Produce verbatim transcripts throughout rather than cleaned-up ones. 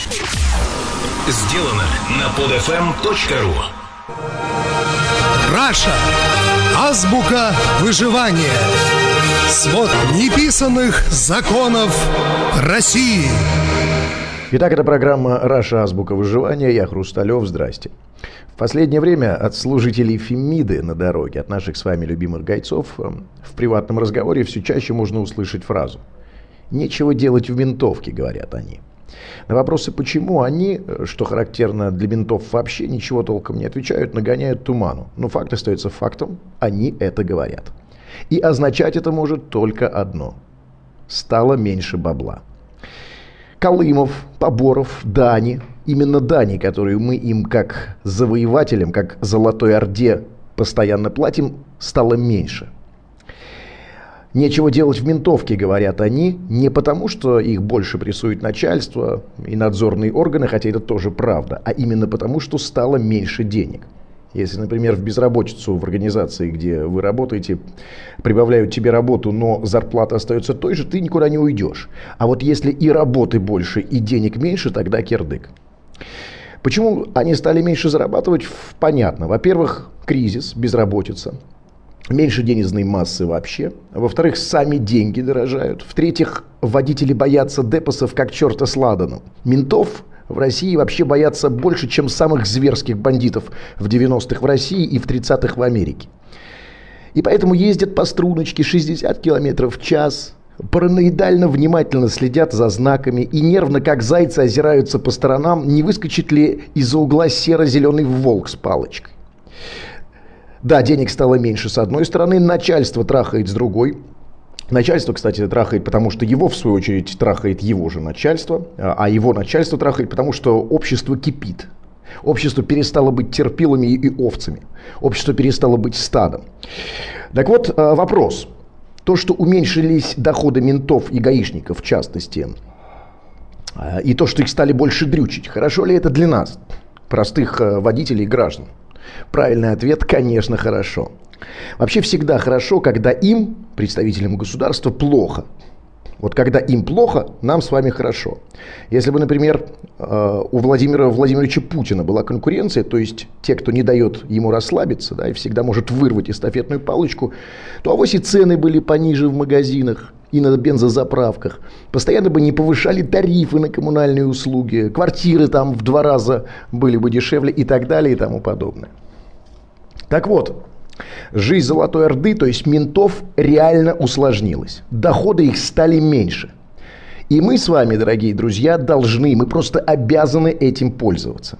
Сделано на подфм точка ру. Раша. Азбука выживания. Свод неписанных законов России. Итак, это программа «Раша. Азбука выживания». Я Хрусталев. Здрасте. В последнее время от служителей Фемиды на дороге, от наших с вами любимых гайцов, в приватном разговоре все чаще можно услышать фразу «нечего делать в ментовке», говорят они. На вопросы «почему» они, что характерно для ментов вообще, ничего толком не отвечают, нагоняют туману. Но факт остается фактом, они это говорят. И означать это может только одно – стало меньше бабла. Колымов, поборов, дани, именно дани, которые мы им как завоевателям, как Золотой Орде постоянно платим, стало меньше. Нечего делать в ментовке, говорят они, не потому, что их больше прессует начальство и надзорные органы, хотя это тоже правда, а именно потому, что стало меньше денег. Если, например, в безработицу в организации, где вы работаете, прибавляют тебе работу, но зарплата остается той же, ты никуда не уйдешь. А вот если и работы больше, и денег меньше, тогда кирдык. Почему они стали меньше зарабатывать? Понятно. Во-первых, кризис, безработица. Меньше денежной массы вообще. Во-вторых, сами деньги дорожают. В-третьих, водители боятся депосов как черта с ладаном. Ментов в России вообще боятся больше, чем самых зверских бандитов в девяностых в России и в тридцатых в Америке. И поэтому ездят по струночке шестьдесят километров в час, параноидально внимательно следят за знаками и нервно, как зайцы, озираются по сторонам, не выскочит ли из-за угла серо-зеленый волк с палочкой. Да, денег стало меньше с одной стороны, начальство трахает с другой. Начальство, кстати, трахает, потому что его, в свою очередь, трахает его же начальство, а его начальство трахает, потому что общество кипит. Общество перестало быть терпилами и овцами. Общество перестало быть стадом. Так вот, вопрос. То, что уменьшились доходы ментов и гаишников, в частности, и то, что их стали больше дрючить, хорошо ли это для нас, простых водителей и граждан? Правильный ответ – конечно, хорошо. Вообще всегда хорошо, когда им, представителям государства, плохо. Вот когда им плохо, нам с вами хорошо. Если бы, например, у Владимира Владимировича Путина была конкуренция, то есть те, кто не дает ему расслабиться, да, и всегда может вырвать эстафетную палочку, то авось и цены были пониже в магазинах и на бензозаправках. Постоянно бы не повышали тарифы на коммунальные услуги, квартиры там в два раза были бы дешевле и так далее и тому подобное. Так вот, жизнь Золотой Орды, то есть ментов, реально усложнилась. Доходы их стали меньше. И мы с вами, дорогие друзья, должны, мы просто обязаны этим пользоваться.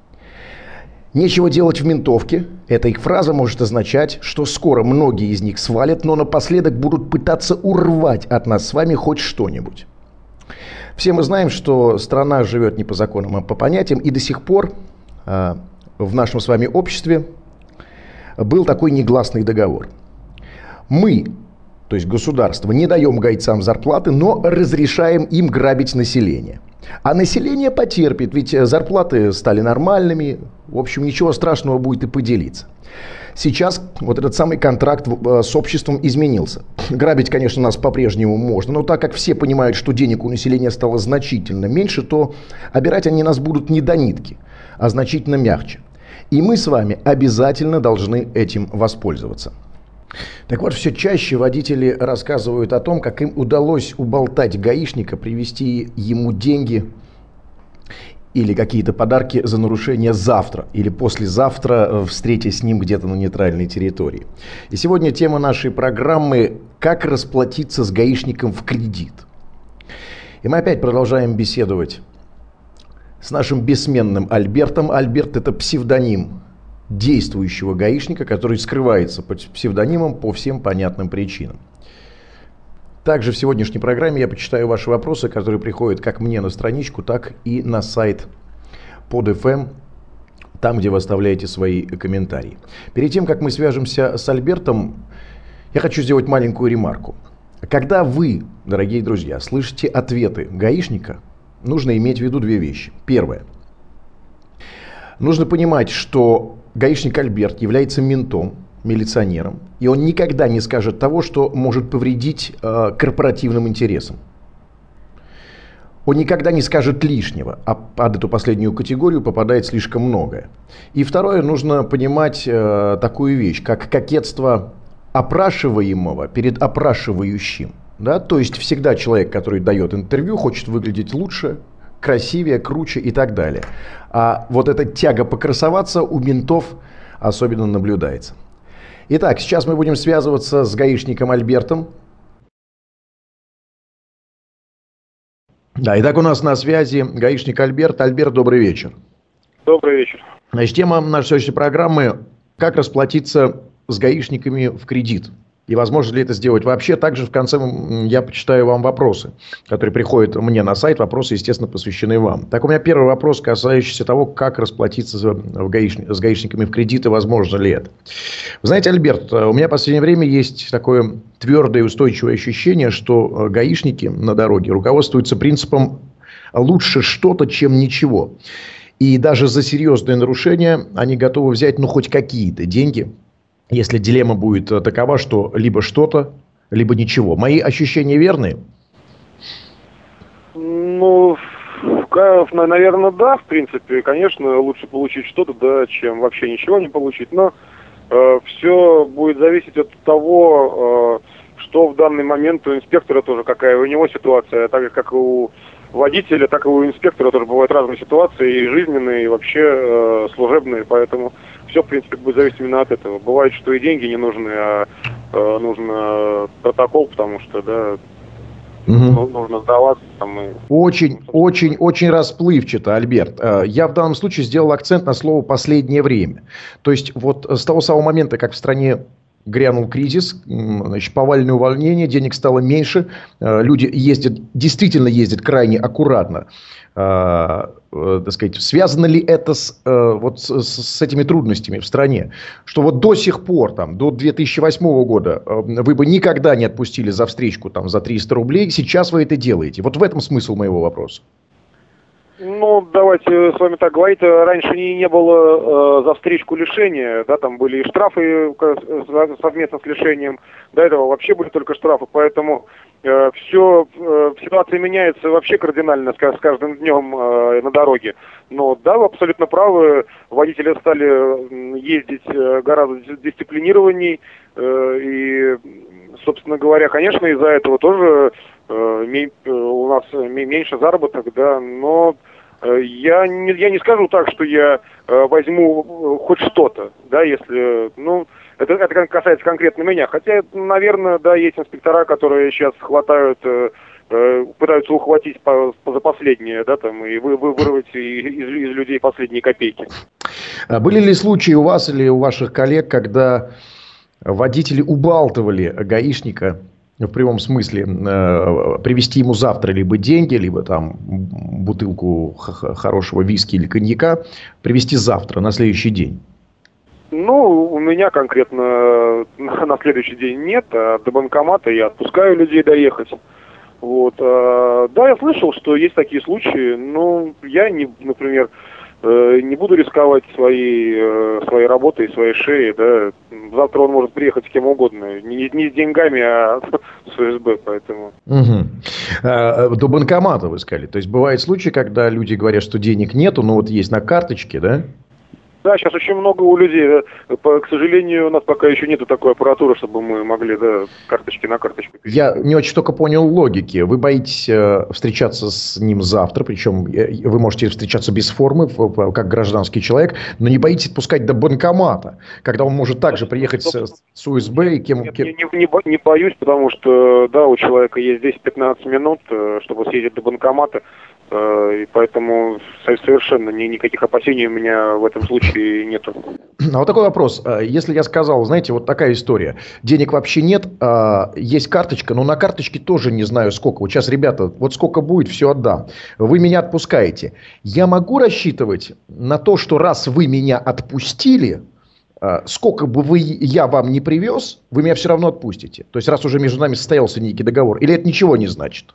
Нечего делать в ментовке. Эта их фраза может означать, что скоро многие из них свалят, но напоследок будут пытаться урвать от нас с вами хоть что-нибудь. Все мы знаем, что страна живет не по законам, а по понятиям, и до сих пор э, в нашем с вами обществе был такой негласный договор. Мы, то есть государство, не даем гайцам зарплаты, но разрешаем им грабить население. А население потерпит, ведь зарплаты стали нормальными, в общем, ничего страшного будет и поделиться. Сейчас вот этот самый контракт с обществом изменился. Грабить, конечно, нас по-прежнему можно, но так как все понимают, что денег у населения стало значительно меньше, то обирать они нас будут не до нитки, а значительно мягче. И мы с вами обязательно должны этим воспользоваться. Так вот, все чаще водители рассказывают о том, как им удалось уболтать гаишника, привезти ему деньги или какие-то подарки за нарушение завтра или послезавтра, встретясь с ним где-то на нейтральной территории. И сегодня тема нашей программы «Как расплатиться с гаишником в кредит». И мы опять продолжаем беседовать с нашим бессменным Альбертом. Альберт – это псевдоним действующего гаишника, который скрывается под псевдонимом по всем понятным причинам. Также в сегодняшней программе я почитаю ваши вопросы, которые приходят как мне на страничку, так и на сайт подфм, там, где вы оставляете свои комментарии. Перед тем, как мы свяжемся с Альбертом, я хочу сделать маленькую ремарку. Когда вы, дорогие друзья, слышите ответы гаишника, нужно иметь в виду две вещи. Первое. Нужно понимать, что гаишник Альберт является ментом, милиционером, и он никогда не скажет того, что может повредить э, корпоративным интересам. Он никогда не скажет лишнего, а под эту последнюю категорию попадает слишком многое. И второе, нужно понимать э, такую вещь, как кокетство опрашиваемого перед опрашивающим. Да? То есть всегда человек, который дает интервью, хочет выглядеть лучше, красивее, круче и так далее. А вот эта тяга покрасоваться у ментов особенно наблюдается. Итак, сейчас мы будем связываться с гаишником Альбертом. Да, итак, у нас на связи гаишник Альберт. Альберт, добрый вечер. Добрый вечер. Значит, тема нашей следующей программы – как расплатиться с гаишниками в кредит. И возможно ли это сделать вообще? Также в конце я почитаю вам вопросы, которые приходят мне на сайт. Вопросы, естественно, посвящены вам. Так, у меня первый вопрос, касающийся того, как расплатиться в гаиш... с гаишниками в кредит и возможно ли это. Вы знаете, Альберт, у меня в последнее время есть такое твердое и устойчивое ощущение, что гаишники на дороге руководствуются принципом «лучше что-то, чем ничего». И даже за серьезные нарушения они готовы взять, ну, хоть какие-то деньги, если дилемма будет такова, что либо что-то, либо ничего. Мои ощущения верны? Ну, наверное, да, в принципе. Конечно, лучше получить что-то, да, чем вообще ничего не получить. Но э, все будет зависеть от того, э, что в данный момент у инспектора тоже, какая у него ситуация. Так как у водителя, так и у инспектора тоже бывают разные ситуации, и жизненные, и вообще э, служебные. Поэтому все, в принципе, будет зависеть именно от этого. Бывает, что и деньги не нужны, а э, нужно протокол, потому что, да, угу. нужно сдаваться. Там, и... Очень, очень, очень расплывчато, Альберт. Я в данном случае сделал акцент на слово «последнее время». То есть, вот с того самого момента, как в стране грянул кризис, значит, повальное увольнение, денег стало меньше, люди ездят, действительно ездят крайне аккуратно. Э, э, так сказать, связано ли это с, э, вот с, с этими трудностями в стране? Что вот до сих пор, там, до две тысячи восьмого года, э, вы бы никогда не отпустили за встречку там, за триста рублей, сейчас вы это делаете. Вот в этом смысл моего вопроса. Ну, давайте с вами так говорить. Раньше не, не было э, за встречку лишения, да, там были и штрафы совместно с лишением. До этого вообще были только штрафы, поэтому э, все, э, ситуация меняется вообще кардинально с, с каждым днем э, на дороге. Но да, вы абсолютно правы, водители стали ездить гораздо дисциплинированней, э, и, собственно говоря, конечно, из-за этого тоже э, у нас меньше заработок, да, но Я не, я не скажу так, что я э, возьму хоть что-то, да, если, ну, это, это касается конкретно меня. Хотя, наверное, да, есть инспектора, которые сейчас хватают, э, э, пытаются ухватить по, по, за последнее, да, там, и вы, вы вырвать из, из людей последние копейки. Были ли случаи у вас или у ваших коллег, когда водители убалтывали гаишника, в прямом смысле, э, привезти ему завтра либо деньги, либо там бутылку х- хорошего виски или коньяка, привезти завтра, на следующий день? Ну, у меня конкретно на следующий день нет, а до банкомата я отпускаю людей доехать. Вот. А, да, я слышал, что есть такие случаи, но я, не, например, не буду рисковать своей, своей работой, своей шеей, да. Завтра он может приехать с кем угодно. Не, не с деньгами, а с ФСБ, поэтому. Угу. А, до банкомата, вы сказали. То есть, бывают случаи, когда люди говорят, что денег нету, но вот есть на карточке, да? Да, сейчас очень много у людей. К сожалению, у нас пока еще нету такой аппаратуры, чтобы мы могли, да, карточки на карточку. Я не очень только понял логики. Вы боитесь э, встречаться с ним завтра, причем э, вы можете встречаться без формы, как гражданский человек, но не боитесь отпускать до банкомата, когда он может также приехать с, с УСБ и кем... Нет, кем... Не, не, не боюсь, потому что, да, у человека есть десять-пятнадцать минут, чтобы съездить до банкомата. И поэтому совершенно никаких опасений у меня в этом случае нету. А вот такой вопрос. Если я сказал, знаете, вот такая история. Денег вообще нет, есть карточка, но на карточке тоже не знаю сколько. Вот сейчас, ребята, вот сколько будет, все отдам. Вы меня отпускаете. Я могу рассчитывать на то, что раз вы меня отпустили, сколько бы вы, я вам не привез, вы меня все равно отпустите? То есть, раз уже между нами состоялся некий договор. Или это ничего не значит?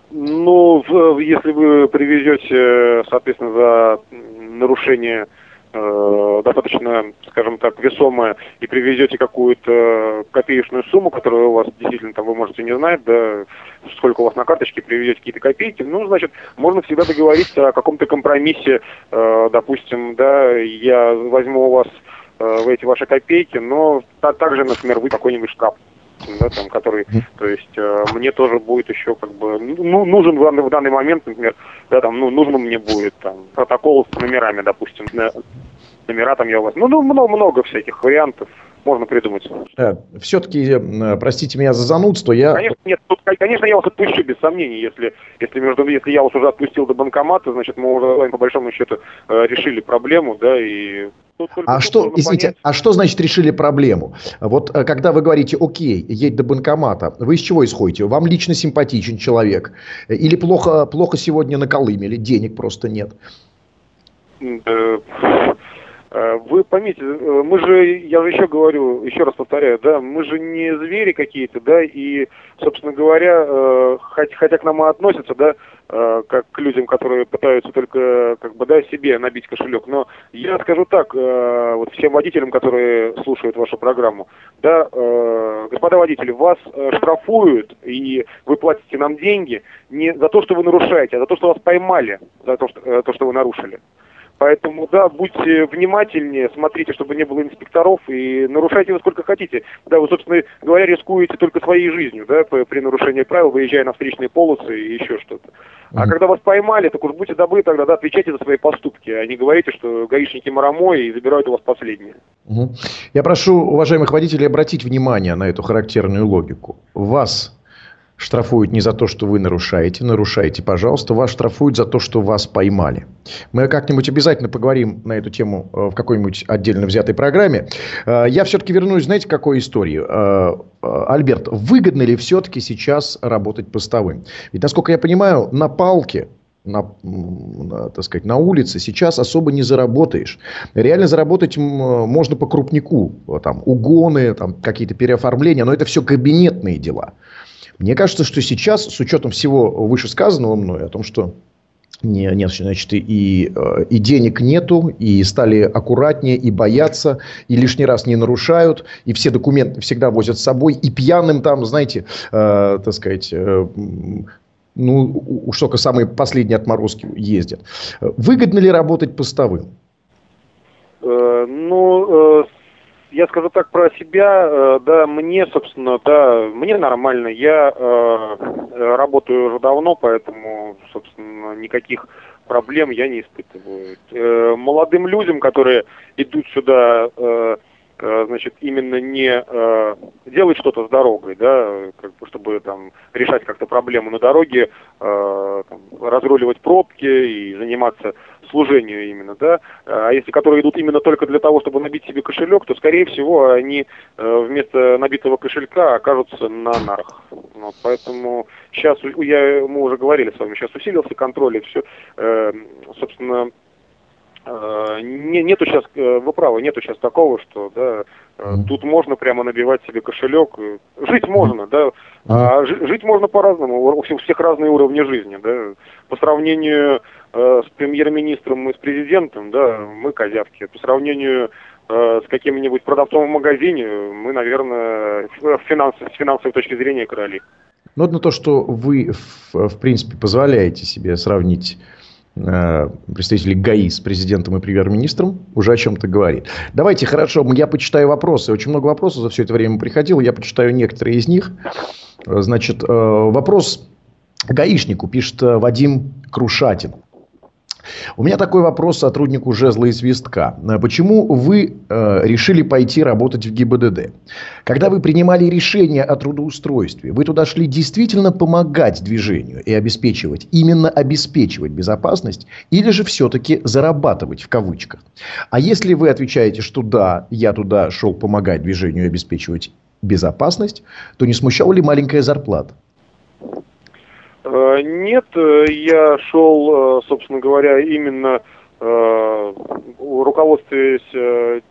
Ну, если вы привезете, соответственно, за нарушение э, достаточно, скажем так, весомая и привезете какую-то копеечную сумму, которую у вас действительно там вы можете не знать, да, сколько у вас на карточке, привезете какие-то копейки, ну, значит, можно всегда договориться о каком-то компромиссе, э, допустим, да, я возьму у вас э, эти ваши копейки, но та- также, например, вы какой-нибудь шкаф, да, там, который, то есть, э, мне тоже будет еще, как бы, ну, нужен в данный, в данный момент, например, да, там, ну, нужно мне будет, там, протокол с номерами, допустим, номера там я у вас, ну, ну, много, много всяких вариантов можно придумать. Да, все-таки, простите меня за занудство, я... Конечно, нет, тут, конечно, я вас отпущу, без сомнений, если, если, между, если я вас уже отпустил до банкомата, значит, мы уже, по большому счету, э, решили проблему, да, и... А что, извините, понять... а что значит решили проблему? Вот когда вы говорите, окей, едь до банкомата, вы из чего исходите? Вам лично симпатичен человек? Или плохо, плохо сегодня наколымели, денег просто нет? Вы поймите, мы же, я же еще говорю, еще раз повторяю, да, мы же не звери какие-то, да, и, собственно говоря, хотя, хотя к нам и относятся, да, как к людям, которые пытаются только, как бы, да, себе набить кошелек, но я скажу так, вот всем водителям, которые слушают вашу программу, да, господа водители, вас штрафуют, и вы платите нам деньги не за то, что вы нарушаете, а за то, что вас поймали, за то, что, то, что вы нарушили. Поэтому, да, будьте внимательнее, смотрите, чтобы не было инспекторов, и нарушайте вы сколько хотите. Да, вы, собственно говоря, рискуете только своей жизнью, да, при нарушении правил, выезжая на встречные полосы и еще что-то. А mm-hmm. когда вас поймали, так уж будьте добры, тогда, да, отвечайте за свои поступки, а не говорите, что гаишники марамои и забирают у вас последнее. Mm-hmm. Я прошу уважаемых водителей обратить внимание на эту характерную логику. Вас штрафуют не за то, что вы нарушаете. Нарушаете, пожалуйста. Вас штрафуют за то, что вас поймали. Мы как-нибудь обязательно поговорим на эту тему в какой-нибудь отдельно взятой программе. Я все-таки вернусь, знаете, к какой истории? Альберт, выгодно ли все-таки сейчас работать постовым? Ведь, насколько я понимаю, на палке, на, на, так сказать, на улице сейчас особо не заработаешь. Реально заработать можно по крупнику. Там, угоны, там, какие-то переоформления. Но это все кабинетные дела. Мне кажется, что сейчас, с учетом всего вышесказанного мной, о том, что не, нет, значит, и, и денег нету, и стали аккуратнее, и боятся, и лишний раз не нарушают, и все документы всегда возят с собой, и пьяным там, знаете, э, так сказать, э, ну, уж только самые последние отморозки ездят. Выгодно ли работать постовым? Э, ну... Э... Я скажу так про себя, да, мне, собственно, да, мне нормально. Я э, работаю уже давно, поэтому, собственно, никаких проблем я не испытываю. Э, молодым людям, которые идут сюда, э, э, значит, именно не э, делать что-то с дорогой, да, как бы, чтобы там решать как-то проблему на дороге, э, там, разруливать пробки и заниматься служению именно, да, а если которые идут именно только для того, чтобы набить себе кошелек, то, скорее всего, они э, вместо набитого кошелька окажутся на нарах. Вот, поэтому сейчас, я, мы уже говорили с вами, сейчас усилился контроль, и все, э, собственно, э, не, нету сейчас, э, вы правы, нету сейчас такого, что, да, э, тут можно прямо набивать себе кошелек, жить можно, да, а жить можно по-разному, у всех разные уровни жизни, да, по сравнению с премьер-министром и с президентом, да, мы козявки. По сравнению э, с каким-нибудь продавцом в магазине, мы, наверное, финанс, с финансовой точки зрения короли. Ну, одно то, что вы, в, в принципе, позволяете себе сравнить э, представителей ГАИ с президентом и премьер-министром, уже о чем-то говорит. Давайте, хорошо, я почитаю вопросы. Очень много вопросов за все это время приходило. Я почитаю некоторые из них. Значит, э, вопрос гаишнику, пишет Вадим Крушатин. У меня такой вопрос сотруднику жезла и свистка. Почему вы э, решили пойти работать в ГИБДД? Когда вы принимали решение о трудоустройстве, вы туда шли действительно помогать движению и обеспечивать, именно обеспечивать безопасность, или же все-таки зарабатывать в кавычках? А если вы отвечаете, что да, я туда шел помогать движению и обеспечивать безопасность, то не смущала ли маленькая зарплата? Нет, я шел, собственно говоря, именно руководствуясь,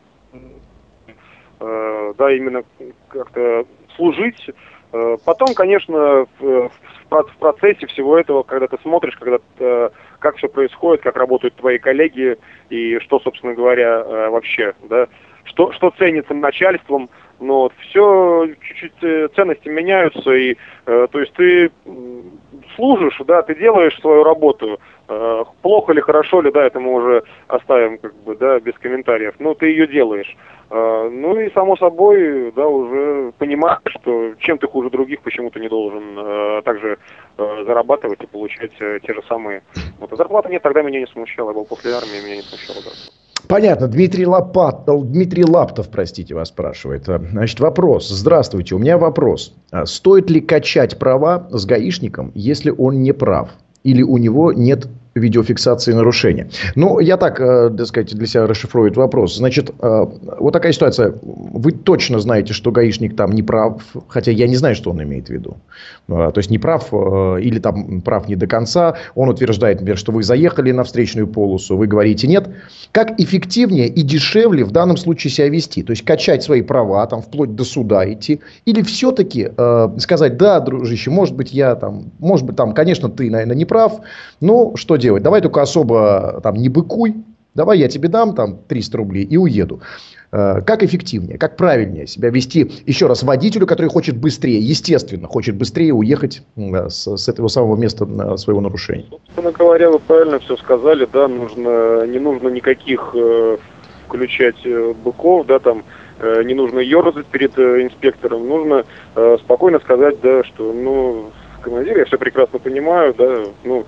да, именно как-то служить. Потом, конечно, в процессе всего этого, когда ты смотришь, когда ты как все происходит, как работают твои коллеги и что, собственно говоря, вообще, да, что, что ценится начальством. Но вот все, чуть-чуть ценности меняются, и, э, то есть ты служишь, да, ты делаешь свою работу, э, плохо ли, хорошо ли, да, это мы уже оставим, как бы, да, без комментариев, но ты ее делаешь. Э, ну и, само собой, да, уже понимаешь, что чем ты хуже других, почему ты не должен э, также э, зарабатывать и получать э, те же самые. Вот, а зарплата нет, тогда меня не смущала, я был после армии, меня не смущало, да. Понятно. Дмитрий Лопат, Дмитрий Лаптов, простите, вас спрашивает. Значит, вопрос. Здравствуйте, у меня вопрос. Стоит ли качать права с гаишником, если он не прав? Или у него нет видеофиксации нарушения? Ну, я так, э, так сказать, для себя расшифрую этот вопрос. Значит, э, вот такая ситуация. Вы точно знаете, что гаишник там не прав, хотя я не знаю, что он имеет в виду. Э, то есть, не прав э, или там прав не до конца. Он утверждает, например, что вы заехали на встречную полосу, вы говорите нет. Как эффективнее и дешевле в данном случае себя вести? То есть, качать свои права, там, вплоть до суда идти? Или все-таки э, сказать, да, дружище, может быть, я там, может быть, там, конечно, ты, наверное, не прав, но что делать? Давай только особо там не быкуй. Давай я тебе дам там триста рублей и уеду. Э, как эффективнее, как правильнее себя вести, еще раз, водителю, который хочет быстрее, естественно, хочет быстрее уехать э, с, с этого самого места э, своего нарушения? Собственно говоря, вы правильно все сказали, да, нужно, не нужно никаких э, включать э, быков, да, там, э, не нужно ерзать перед э, инспектором, нужно э, спокойно сказать, да, что, ну, командир, я все прекрасно понимаю, да, ну,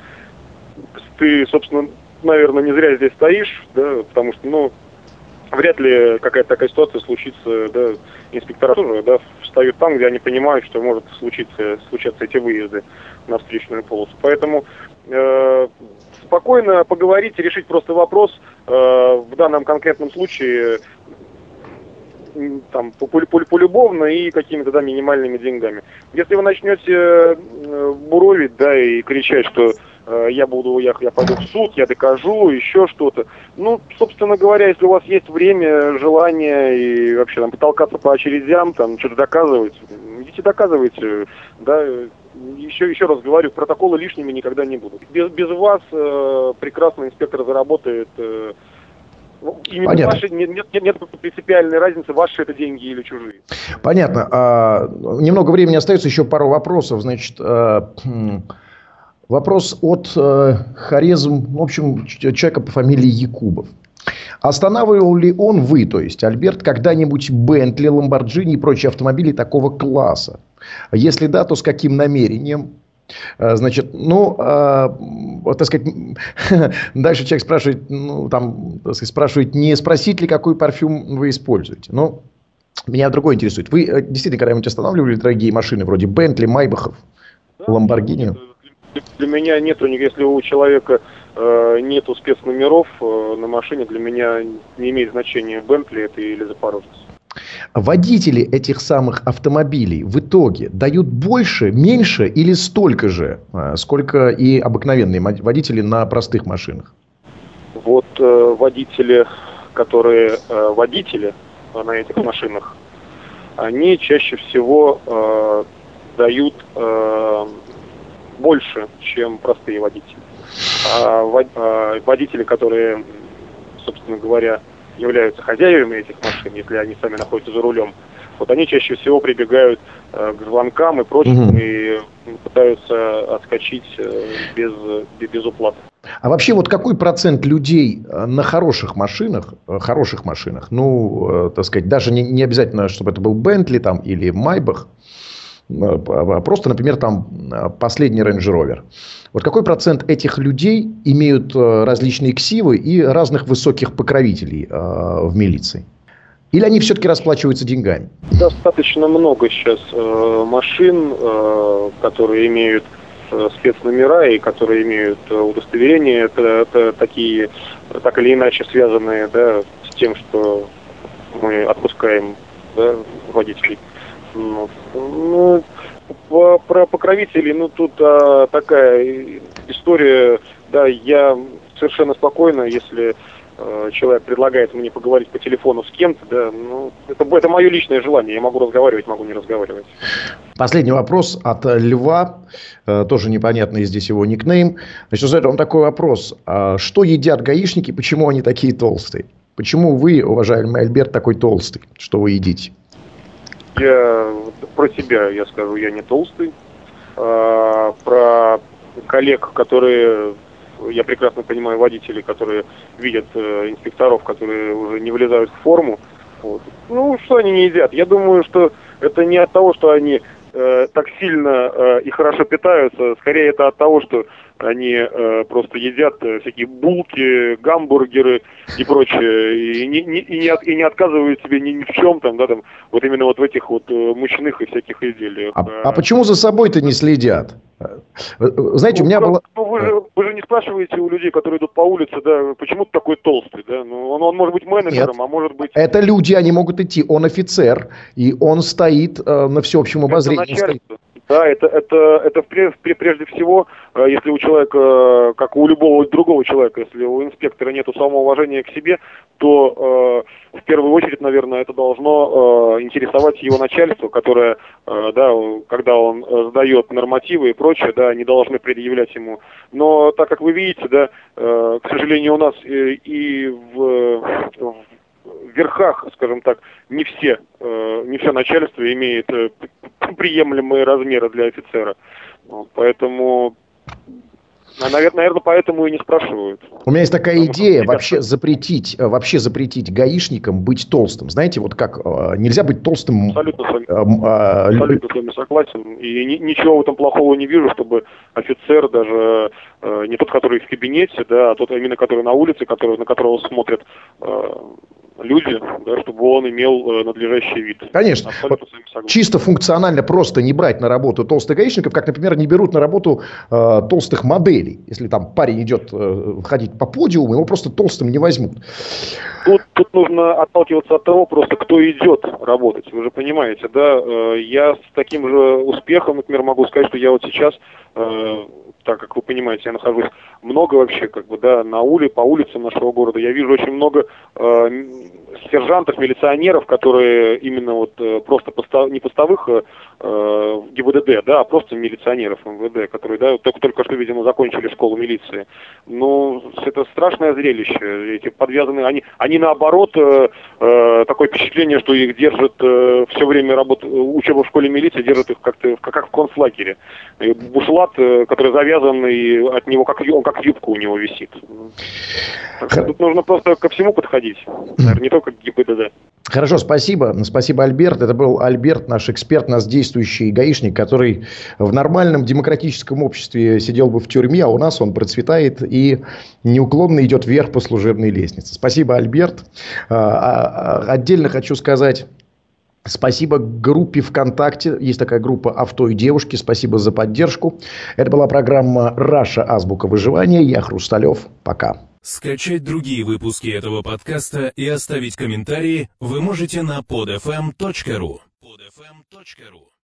ты, собственно, наверное, не зря здесь стоишь, да, потому что, ну, вряд ли какая-то такая ситуация случится, да, инспектора тоже, да, встают там, где они понимают, что может случиться, случаться эти выезды на встречную полосу. Поэтому э, спокойно поговорить, решить просто вопрос, э, в данном конкретном случае, там, полюбовно и какими-то, да, минимальными деньгами. Если вы начнете буровить, да, и кричать, что э, я буду, я, я пойду в суд, я докажу, еще что-то, ну, собственно говоря, если у вас есть время, желание и вообще там потолкаться по очередям, там, что-то доказывать, идите доказывайте, да, еще, еще раз говорю, протоколы лишними никогда не будут. Без, без вас э, прекрасно инспектор заработает. Э, Именно ваши, нет, нет, нет принципиальной разницы, ваши это деньги или чужие. Понятно. А, немного времени остается, еще пару вопросов. Значит, а, вопрос от а, Хорезм, в общем, человека по фамилии Якубов. Останавливал ли он, вы, то есть Альберт, когда-нибудь Бентли, Ламборджини и прочие автомобили такого класса? Если да, то с каким намерением? Значит, ну, э, вот, так сказать, дальше человек спрашивает, ну, там, так сказать, спрашивает, не спросить ли, какой парфюм вы используете. Ну, меня другое интересует. Вы действительно когда-нибудь останавливали дорогие машины вроде Бентли, Майбахов, Ламборгини? Для, для меня нету, если у человека э, нету спецномеров э, на машине, для меня не имеет значения, Бентли это или Запорожец. Водители этих самых автомобилей в итоге дают больше, меньше или столько же, сколько и обыкновенные водители на простых машинах? Вот э, водители, которые э, водители на этих машинах, они чаще всего э, дают э, больше, чем простые водители. А водители, которые, собственно говоря, являются хозяевами этих машин, если они сами находятся за рулем, вот они чаще всего прибегают э, к звонкам и прочим, угу. и пытаются отскочить э, без, без уплаты. А вообще, вот какой процент людей на хороших машинах, хороших машинах, ну, э, так сказать, даже не, не обязательно, чтобы это был Бентли там или Майбах, а просто, например, там последний Range Rover. Вот какой процент этих людей имеют различные ксивы и разных высоких покровителей э, в милиции? Или они все-таки расплачиваются деньгами? Достаточно много сейчас э, машин, э, которые имеют э, спецномера и которые имеют э, удостоверения. Это, это такие, так или иначе связанные, да, с тем, что мы отпускаем, да, водителей. Ну, ну, про покровителей, ну, тут а, такая история, да, я совершенно спокойно, если э, человек предлагает мне поговорить по телефону с кем-то, да, ну, это, это мое личное желание, я могу разговаривать, могу не разговаривать. Последний вопрос от Льва, э, тоже непонятный здесь его никнейм. Значит, задаю вам такой вопрос. А что едят гаишники, почему они такие толстые? Почему вы, уважаемый Альберт, такой толстый? Что вы едите? Я про себя я скажу, я не толстый. А, про коллег, которые, я прекрасно понимаю, водители, которые видят э, инспекторов, которые уже не влезают в форму. Вот. Ну, что они не едят? Я думаю, что это не от того, что они э, так сильно э, и хорошо питаются, скорее это от того, что они э, просто едят э, всякие булки, гамбургеры и прочее, и не, не, и не, от, и не отказывают себе ни, ни в чем там, да, там, вот именно вот в этих вот э, мучных и всяких изделиях. А, а почему за собой-то не следят? Знаете, ну, у меня ну, было... Вы же, вы же не спрашиваете у людей, которые идут по улице, да, почему ты такой толстый, да? Ну, он, он может быть менеджером, Нет. а может быть... Это люди, они могут идти. Он офицер, и он стоит э, на всеобщем обозрении. Это начальство. Да, это, это, это прежде всего, если у человека, как у любого другого человека, если у инспектора нет самоуважения к себе, то э, в первую очередь, наверное, это должно э, интересовать его начальство, которое, э, да, когда он сдает нормативы и прочее, да, не должны предъявлять ему. Но так как вы видите, да, э, к сожалению, у нас и, и в, в в верхах, скажем так, не все, э, не все начальство имеет э, приемлемые размеры для офицера. Вот, поэтому, наверное, наверное, поэтому и не спрашивают. У меня есть такая Потому идея что, вообще запретить, вообще запретить гаишникам быть толстым. Знаете, вот как э, нельзя быть толстым. Абсолютно с вами, э, э, абсолютно с вами согласен. И ни, ничего в этом плохого не вижу, чтобы офицер, даже э, не тот, который в кабинете, да, а тот именно, который на улице, который, на которого смотрят э, люди, да, чтобы он имел э, надлежащий вид. Конечно. Вот чисто функционально просто не брать на работу толстых гаишников, как, например, не берут на работу э, толстых моделей. Если там парень идет э, ходить по подиуму, его просто толстым не возьмут. Тут, тут нужно отталкиваться от того, просто кто идет работать. Вы же понимаете, да? Э, я с таким же успехом, например, могу сказать, что я вот сейчас, э, так как вы понимаете, я нахожусь много вообще, как бы, да, на улице, по улицам нашего города. Я вижу очень много э, сержантов, милиционеров, которые именно вот э, просто постав, не постовых э, ГИБДД, да, а просто милиционеров МВД, которые, да, только, только что, видимо, закончили школу милиции. Ну, это страшное зрелище. Эти подвязанные, они, они наоборот, э, э, такое впечатление, что их держат э, все время работы, учебы в школе милиции, держат их как-то как, как в концлагере. И бушлат, э, который завязан, и от него как, он как юбка у него висит. Так что тут нужно просто ко всему подходить, наверное, не только к ГИБДД. Хорошо, спасибо. Спасибо, Альберт. Это был Альберт, наш эксперт, наш действующий гаишник, который в нормальном демократическом обществе сидел бы в тюрьме, а у нас он процветает и неуклонно идет вверх по служебной лестнице. Спасибо, Альберт. Отдельно хочу сказать спасибо группе ВКонтакте. Есть такая группа «Авто и девушки». Спасибо за поддержку. Это была программа «Раша. Азбука выживания». Я Хрусталев. Пока. Скачать другие выпуски этого подкаста и оставить комментарии вы можете на под эф эм точка ру. под эф эм точка ру